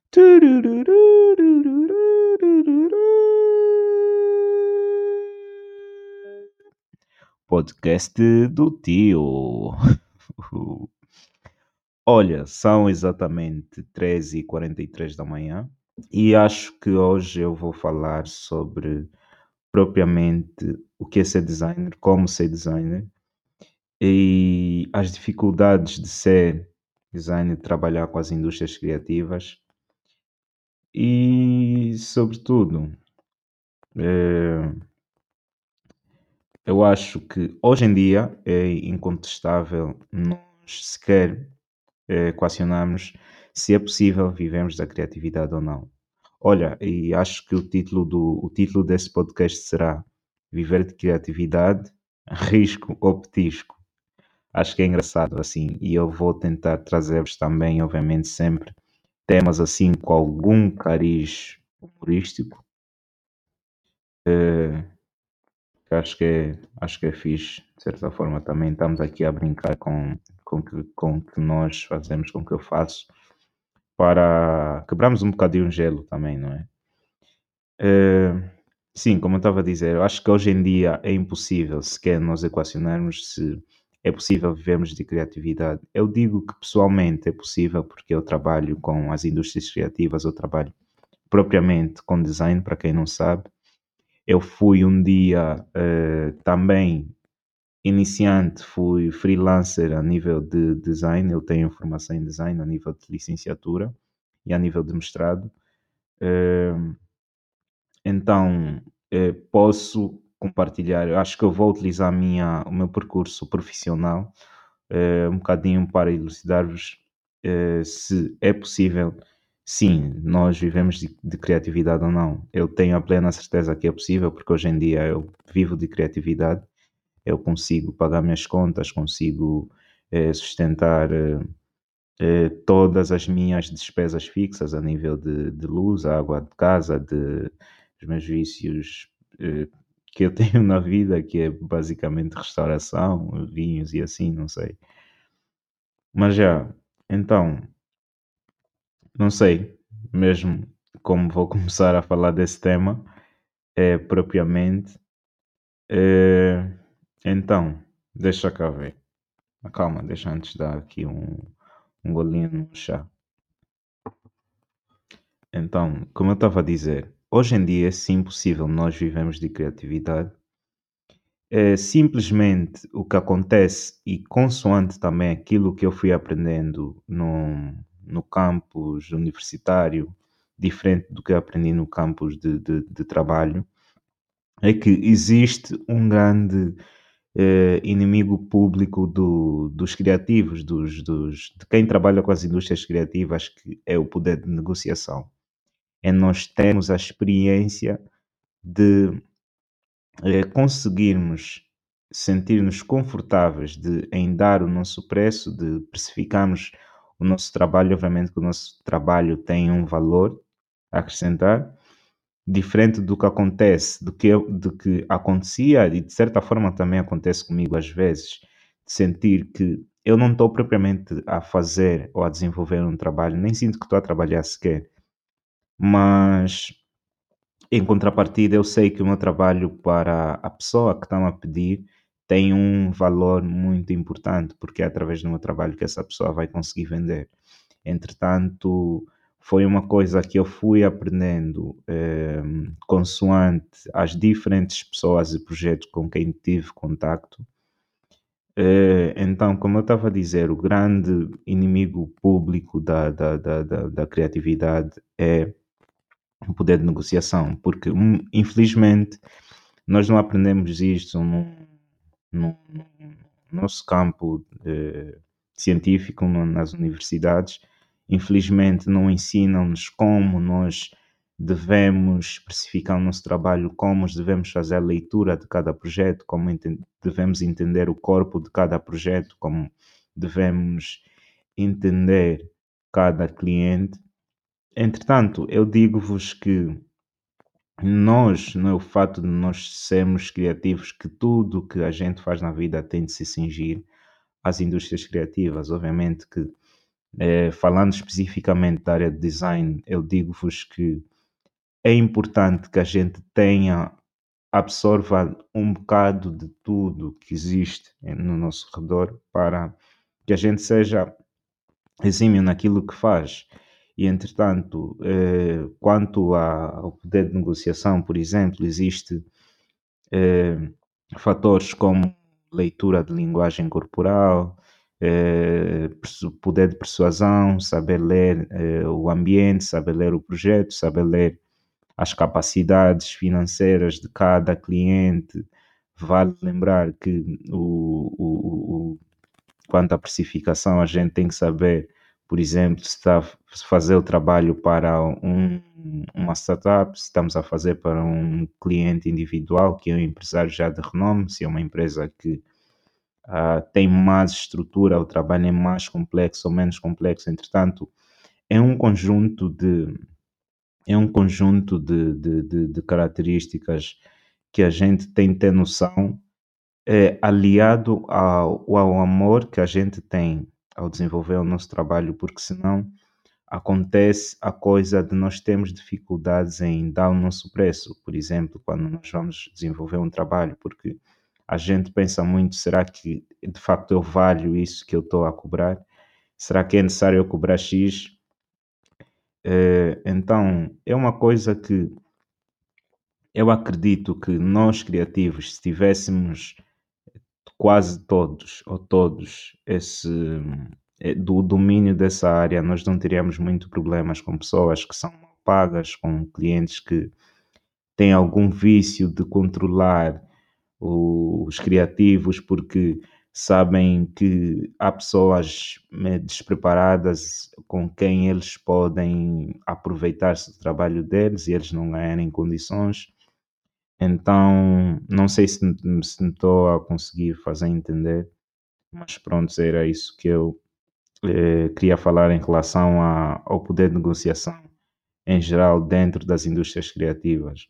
Podcast do tio. Olha, são exatamente 13h43 da manhã e acho que hoje eu vou falar sobre propriamente o que é ser designer, como ser designer e as dificuldades de ser designer, de trabalhar com as indústrias criativas e, sobretudo, eh, eu acho que hoje em dia é incontestável nós sequer equacionarmos se é possível vivermos da criatividade ou não. Olha, e acho que o título desse podcast será Viver de Criatividade, Risco ou Petisco. Acho que é engraçado assim, e eu vou tentar trazer-vos também, obviamente, sempre temas assim com algum cariz humorístico, que acho que é fixe, de certa forma também estamos aqui a brincar com que nós fazemos, com o que eu faço, para quebrarmos um bocadinho o gelo também, não é? Eh, sim, como eu estava a dizer, eu acho que hoje em dia é impossível sequer nós equacionarmos se é possível vivermos de criatividade. Eu digo que pessoalmente é possível porque eu trabalho com as indústrias criativas, eu trabalho propriamente com design, para quem não sabe. Eu fui um dia também iniciante, fui freelancer a nível de design, eu tenho formação em design a nível de licenciatura e a nível de mestrado. Eh, Então, posso compartilhar, eu acho que eu vou utilizar o meu percurso profissional, um bocadinho para elucidar-vos, se é possível, sim, nós vivemos de criatividade ou não. Eu tenho a plena certeza que é possível, porque hoje em dia eu vivo de criatividade, eu consigo pagar minhas contas, consigo sustentar todas as minhas despesas fixas a nível de luz, água de casa, de os meus vícios eh, que eu tenho na vida, que é basicamente restauração, vinhos e assim, não sei. Mas já, então, não sei mesmo como vou começar a falar desse tema, propriamente. Eh, então, deixa cá ver. Calma, deixa antes dar aqui um golinho no chá. Então, como eu estava a dizer, hoje em dia é sim possível nós vivemos de criatividade. É simplesmente o que acontece e consoante também aquilo que eu fui aprendendo no campus universitário, diferente do que eu aprendi no campus de trabalho, é que existe um grande inimigo público dos criativos, de quem trabalha com as indústrias criativas, que é o poder de negociação. É nós termos a experiência de conseguirmos sentir-nos confortáveis em dar o nosso preço, de precificarmos o nosso trabalho. Obviamente que o nosso trabalho tem um valor a acrescentar, diferente do que acontece, do que acontecia e de certa forma também acontece comigo às vezes, de sentir que eu não estou propriamente a fazer ou a desenvolver um trabalho, nem sinto que estou a trabalhar sequer, mas em contrapartida, eu sei que o meu trabalho para a pessoa que está-me a pedir tem um valor muito importante, porque é através do meu trabalho que essa pessoa vai conseguir vender. Entretanto, foi uma coisa que eu fui aprendendo consoante as diferentes pessoas e projetos com quem tive contacto. Então, como eu estava a dizer, o grande inimigo público da criatividade é o poder de negociação, porque infelizmente nós não aprendemos isto no nosso campo científico, nas universidades. Infelizmente não ensinam-nos como nós devemos especificar o nosso trabalho, como devemos fazer a leitura de cada projeto, como devemos entender o corpo de cada projeto, como devemos entender cada cliente. Entretanto, eu digo-vos que nós, não é o fato de nós sermos criativos, que tudo o que a gente faz na vida tem de se cingir às indústrias criativas. Obviamente que Falando especificamente da área de design, eu digo-vos que é importante que a gente absorva um bocado de tudo que existe no nosso redor para que a gente seja exímio naquilo que faz. E, entretanto, quanto ao poder de negociação, por exemplo, existe eh, fatores como leitura de linguagem corporal, poder de persuasão, saber ler o ambiente, saber ler o projeto, saber ler as capacidades financeiras de cada cliente. Vale lembrar que quanto à precificação, a gente tem que saber, por exemplo, se está a fazer o trabalho para uma startup, se estamos a fazer para um cliente individual, que é um empresário já de renome, se é uma empresa que tem mais estrutura, o trabalho é mais complexo ou menos complexo. Entretanto, é um conjunto de, de características que a gente tem que ter noção, aliado ao amor que a gente tem ao desenvolver o nosso trabalho, porque senão acontece a coisa de nós termos dificuldades em dar o nosso preço, por exemplo, quando nós vamos desenvolver um trabalho, porque a gente pensa muito, será que de facto eu valho isso que eu estou a cobrar? Será que é necessário eu cobrar X? Então, é uma coisa que eu acredito que nós criativos, se tivéssemos quase todos ou todos do domínio dessa área, nós não teríamos muito problemas com pessoas que são mal pagas, com clientes que têm algum vício de controlar os criativos porque sabem que há pessoas despreparadas com quem eles podem aproveitar-se do trabalho deles e eles não ganharem condições. Então, não sei se me estou a conseguir fazer entender, mas pronto, era isso que eu queria falar em relação ao poder de negociação em geral dentro das indústrias criativas.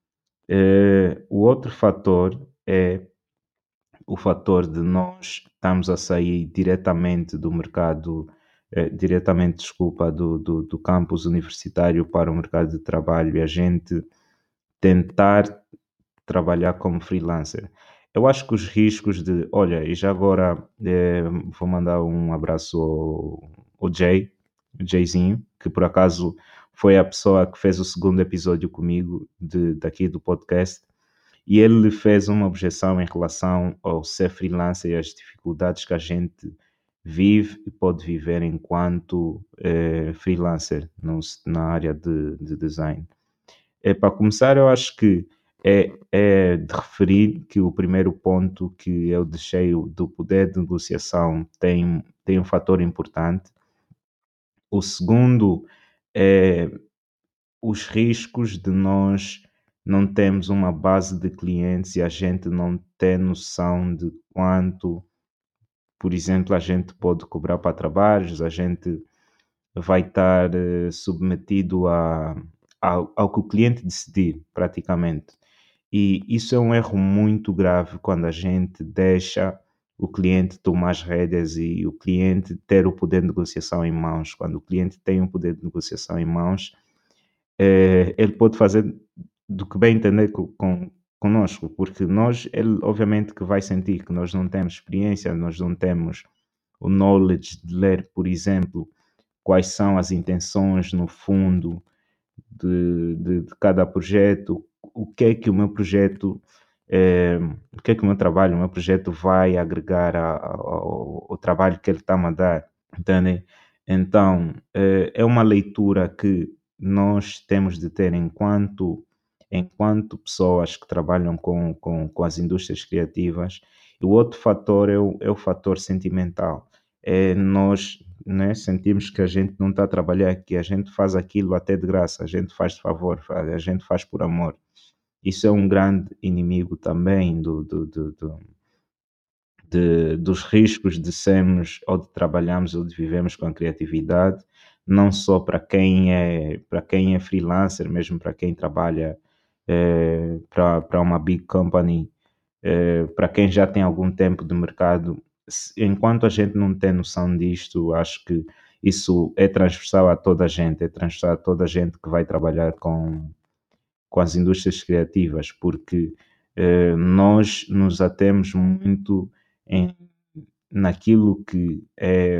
O outro fator é o fator de nós estamos a sair diretamente do mercado, diretamente, desculpa, do campus universitário para o mercado de trabalho e a gente tentar trabalhar como freelancer. Eu acho que os riscos de, olha, e já agora vou mandar um abraço ao Jay, o Jayzinho, que por acaso foi a pessoa que fez o segundo episódio comigo daqui do podcast, e ele fez uma objeção em relação ao ser freelancer e as dificuldades que a gente vive e pode viver enquanto freelancer na área de design. Para começar, eu acho que é de referir que o primeiro ponto que eu deixei do poder de negociação tem um fator importante. O segundo é os riscos de nós não termos uma base de clientes e a gente não ter noção de quanto, por exemplo, a gente pode cobrar para trabalhos, a gente vai estar submetido ao que o cliente decidir, praticamente. E isso é um erro muito grave quando a gente deixa o cliente tomar as rédeas e o cliente ter o poder de negociação em mãos. Quando o cliente tem o poder de negociação em mãos, ele pode fazer do que bem entender conosco, porque ele obviamente que vai sentir que nós não temos experiência, nós não temos o knowledge de ler, por exemplo, quais são as intenções no fundo de cada projeto, o que é que o meu projeto, o que é que o meu trabalho, o meu projeto vai agregar ao trabalho que ele está a dar, entendem? Então, é uma leitura que nós temos de ter enquanto pessoas que trabalham com as indústrias criativas. E o outro fator é o fator sentimental. É nós, né, sentimos que a gente não está a trabalhar aqui, a gente faz aquilo até de graça, a gente faz de favor, a gente faz por amor. Isso é um grande inimigo também dos riscos de sermos ou de trabalharmos ou de vivemos com a criatividade, não só para quem é freelancer, mesmo para quem trabalha para uma big company, para quem já tem algum tempo de mercado. Enquanto a gente não tem noção disto, acho que isso é transversal a toda a gente, é transversal a toda a gente que vai trabalhar com as indústrias criativas, porque nós nos atemos muito em, naquilo que é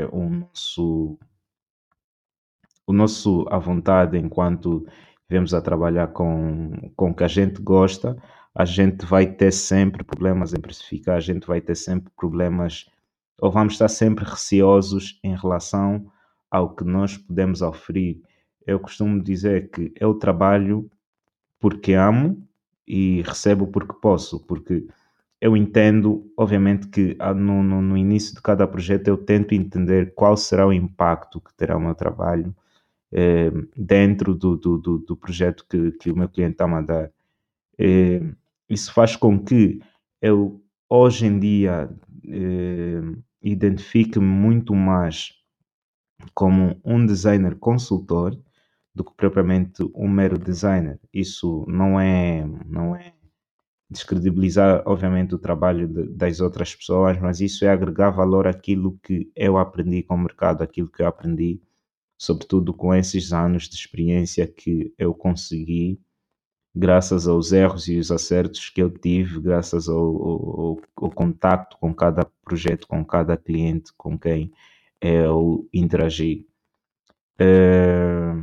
o nosso à vontade enquanto vivemos a trabalhar com o que a gente gosta, a gente vai ter sempre problemas em precificar, a gente vai ter sempre problemas, ou vamos estar sempre receosos em relação ao que nós podemos oferir. Eu costumo dizer que eu trabalho porque amo e recebo porque posso, porque eu entendo, obviamente, que no início de cada projeto eu tento entender qual será o impacto que terá o meu trabalho dentro do projeto que o meu cliente está a mandar. Eh, Isso faz com que eu, hoje em dia, identifique-me muito mais como um designer consultor do que propriamente um mero designer. Isso não é descredibilizar, obviamente, o trabalho das outras pessoas, mas isso é agregar valor àquilo que eu aprendi com o mercado, aquilo que eu aprendi, sobretudo com esses anos de experiência que eu consegui, graças aos erros e os acertos que eu tive, graças ao contacto com cada projeto, com cada cliente com quem eu interagi. Eh,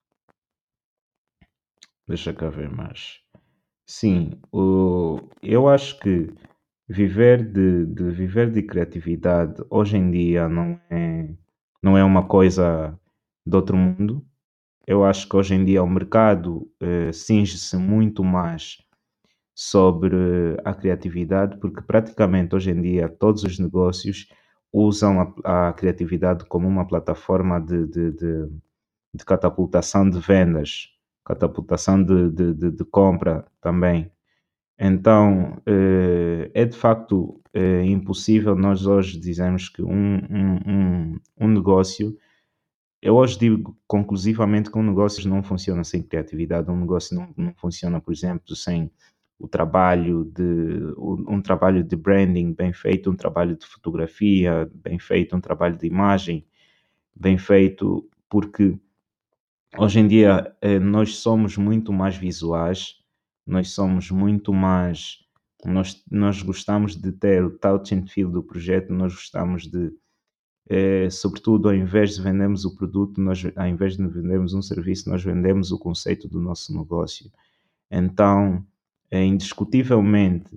Deixa cá ver mais. Sim, eu acho que viver de criatividade hoje em dia não é uma coisa de outro mundo. Eu acho que hoje em dia o mercado cinge-se muito mais sobre a criatividade, porque praticamente hoje em dia todos os negócios usam a criatividade como uma plataforma de catapultação de vendas, catapultação de compra também. Então, é de facto impossível nós hoje dizermos que um negócio, eu hoje digo conclusivamente que um negócio não funciona sem criatividade, um negócio não funciona, por exemplo, sem um trabalho de branding bem feito, um trabalho de fotografia bem feito, um trabalho de imagem bem feito, porque hoje em dia, nós somos muito mais visuais, nós somos muito mais. Nós gostamos de ter o touch and feel do projeto, nós gostamos de, sobretudo, ao invés de vendermos o produto, ao invés de vendermos um serviço, nós vendemos o conceito do nosso negócio. Então, indiscutivelmente,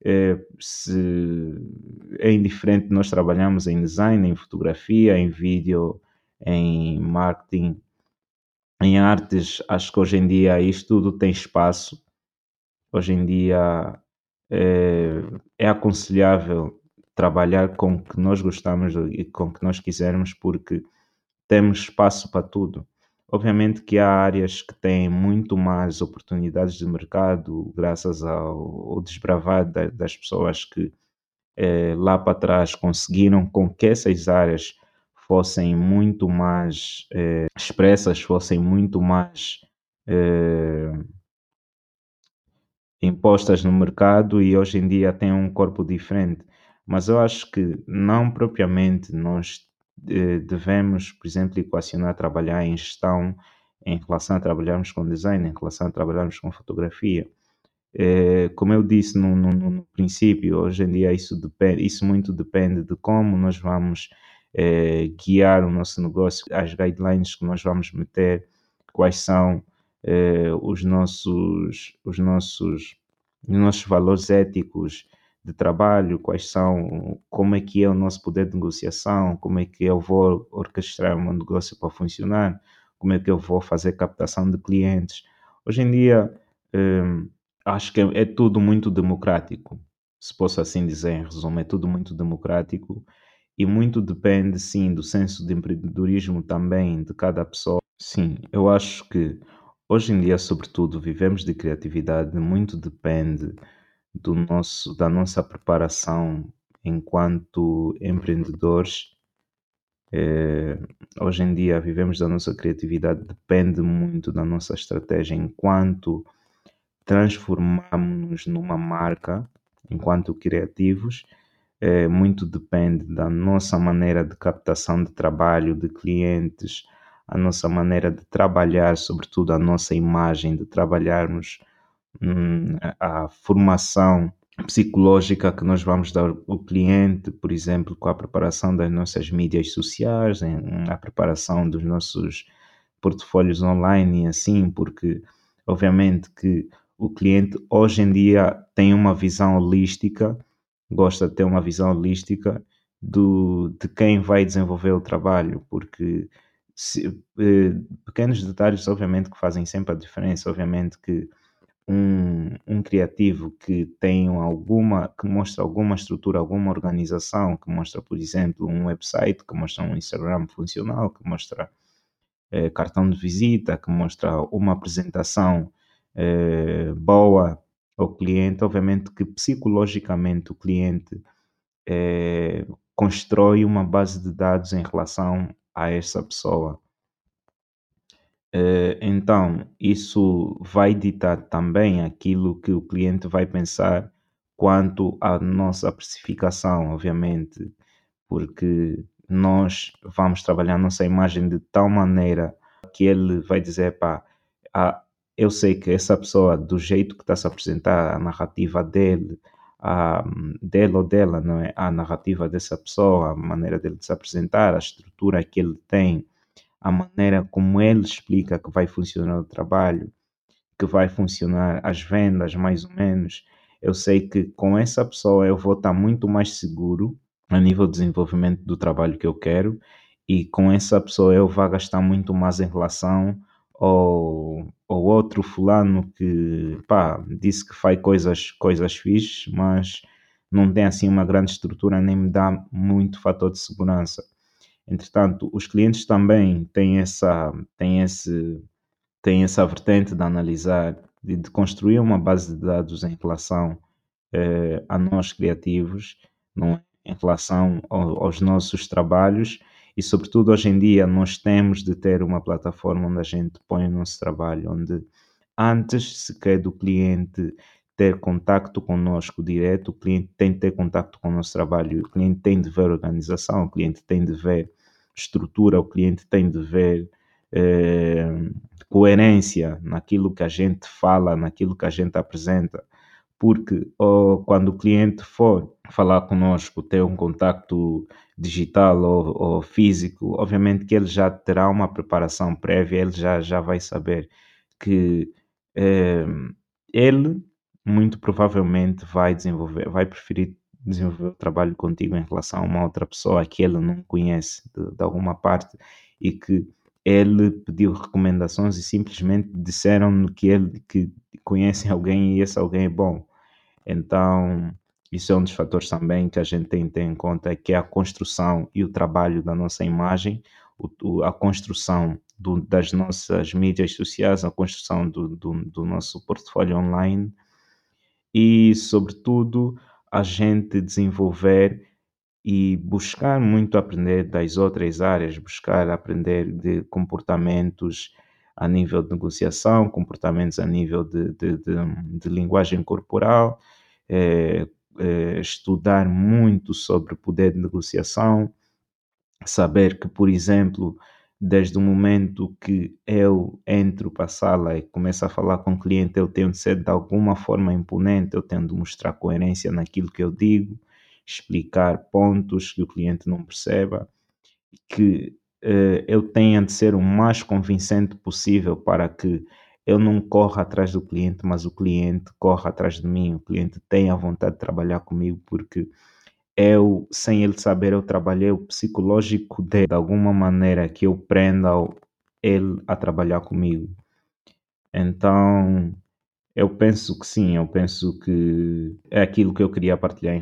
se é indiferente nós trabalhamos em design, em fotografia, em vídeo, em marketing, em artes, acho que hoje em dia isto tudo tem espaço. Hoje em dia é aconselhável trabalhar com o que nós gostamos e com o que nós quisermos, porque temos espaço para tudo. Obviamente que há áreas que têm muito mais oportunidades de mercado, graças ao desbravar das pessoas que lá para trás conseguiram com que essas áreas fossem muito mais expressas, fossem muito mais eh, impostas no mercado e hoje em dia têm um corpo diferente. Mas eu acho que não propriamente nós devemos, por exemplo, equacionar trabalhar em gestão em relação a trabalharmos com design, em relação a trabalharmos com fotografia. Como eu disse no princípio, hoje em dia isso muito depende de como nós vamos guiar o nosso negócio, as guidelines que nós vamos meter, quais são os nossos valores éticos de trabalho, como é que é o nosso poder de negociação, como é que eu vou orquestrar o meu negócio para funcionar, como é que eu vou fazer captação de clientes. Hoje em dia, eh, acho que é tudo muito democrático, se posso assim dizer, em resumo, é tudo muito democrático e muito depende, sim, do senso de empreendedorismo também de cada pessoa. Sim, eu acho que hoje em dia, sobretudo, vivemos de criatividade, muito depende da nossa preparação enquanto empreendedores. Eh, Hoje em dia, vivemos da nossa criatividade, depende muito da nossa estratégia enquanto transformamos-nos numa marca enquanto criativos, muito depende da nossa maneira de captação de trabalho, de clientes, a nossa maneira de trabalhar, sobretudo a nossa imagem, de trabalharmos a formação psicológica que nós vamos dar ao cliente, por exemplo, com a preparação das nossas mídias sociais, a preparação dos nossos portfólios online e assim, porque obviamente que o cliente hoje em dia tem uma visão holística, gosta de ter uma visão holística de quem vai desenvolver o trabalho, porque pequenos detalhes, obviamente, que fazem sempre a diferença, obviamente que um criativo que tem que mostra alguma estrutura, alguma organização, que mostra, por exemplo, um website, que mostra um Instagram funcional, que mostra cartão de visita, que mostra uma apresentação boa ao cliente, obviamente que psicologicamente o cliente constrói uma base de dados em relação a essa pessoa. Então, isso vai ditar também aquilo que o cliente vai pensar quanto à nossa precificação, obviamente, porque nós vamos trabalhar nossa imagem de tal maneira que ele vai dizer, pá, ah, eu sei que essa pessoa, do jeito que está se a apresentar, a narrativa dele, dele ou dela, não é? A narrativa dessa pessoa, a maneira dele de se apresentar, a estrutura que ele tem, a maneira como ele explica que vai funcionar o trabalho, que vai funcionar as vendas, mais ou menos. Eu sei que com essa pessoa eu vou estar muito mais seguro a nível de desenvolvimento do trabalho que eu quero, e com essa pessoa eu vou gastar muito mais em relação ao outro fulano que, pá, disse que faz coisas fixes, mas não tem assim uma grande estrutura, nem me dá muito fator de segurança. Entretanto, os clientes também têm essa vertente de analisar, de construir uma base de dados em relação a nós criativos, não é? Em relação aos nossos trabalhos, e sobretudo hoje em dia nós temos de ter uma plataforma onde a gente põe o nosso trabalho, onde antes sequer do cliente ter contacto conosco direto, o cliente tem de ter contacto com o nosso trabalho, o cliente tem de ver organização, o cliente tem de ver estrutura, o cliente tem de ver eh, coerência naquilo que a gente fala, naquilo que a gente apresenta, porque quando o cliente for falar conosco, ter um contacto digital ou físico, obviamente que ele já terá uma preparação prévia, ele já vai saber que eh, ele muito provavelmente vai preferir desenvolver o trabalho contigo em relação a uma outra pessoa que ele não conhece de alguma parte, e que ele pediu recomendações e simplesmente disseram que conhecem alguém e esse alguém é bom. Então, isso é um dos fatores também que a gente tem que ter em conta, que é a construção e o trabalho da nossa imagem, a construção das nossas mídias sociais, a construção do nosso portfólio online e, sobretudo, a gente desenvolver e buscar muito aprender das outras áreas, buscar aprender de comportamentos a nível de negociação, comportamentos a nível de linguagem corporal, eh, estudar muito sobre o poder de negociação, saber que, por exemplo, desde o momento que eu entro para a sala e começo a falar com o cliente, eu tenho de ser de alguma forma imponente, eu tenho de mostrar coerência naquilo que eu digo, explicar pontos que o cliente não perceba, que eu tenha de ser o mais convincente possível para que eu não corra atrás do cliente, mas o cliente corra atrás de mim, o cliente tenha vontade de trabalhar comigo, porque eu, sem ele saber, eu trabalhei o psicológico dele de alguma maneira que eu prenda ele a trabalhar comigo. Então, eu penso que sim, eu penso que é aquilo que eu queria partilhar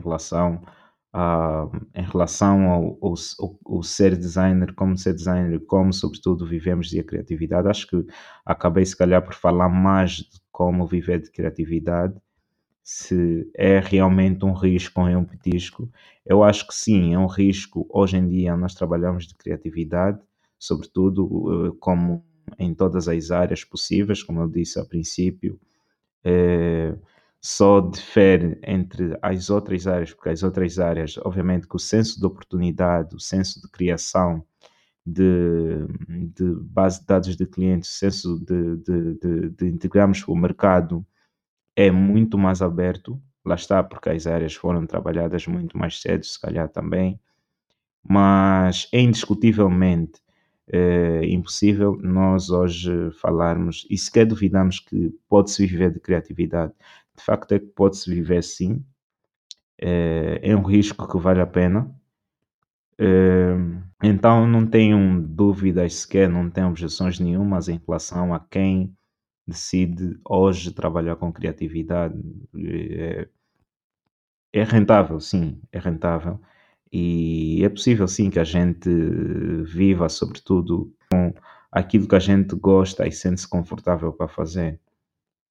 em relação ao ser designer, como sobretudo vivemos de criatividade. Acho que acabei se calhar por falar mais de como viver de criatividade, se é realmente um risco ou é um petisco. Eu acho que sim, é um risco. Hoje em dia nós trabalhamos de criatividade, sobretudo como em todas as áreas possíveis, como eu disse a princípio. Eh, só difere entre as outras áreas, porque as outras áreas, obviamente, que o senso de oportunidade, o senso de criação de, de base de dados de clientes, o senso de integrarmos o mercado é muito mais aberto. Lá está, porque as áreas foram trabalhadas muito mais cedo, se calhar também, mas é indiscutivelmente impossível nós hoje falarmos e sequer duvidamos que pode-se viver de criatividade. De facto é que pode-se viver sim, é um risco que vale a pena. Eh, então não tenho dúvidas sequer, não tenho objeções nenhumas em relação a quem decide hoje trabalhar com criatividade. Eh, É rentável, sim, é rentável. E é possível, sim, que a gente viva, sobretudo, aquilo que a gente gosta e sente-se confortável para fazer.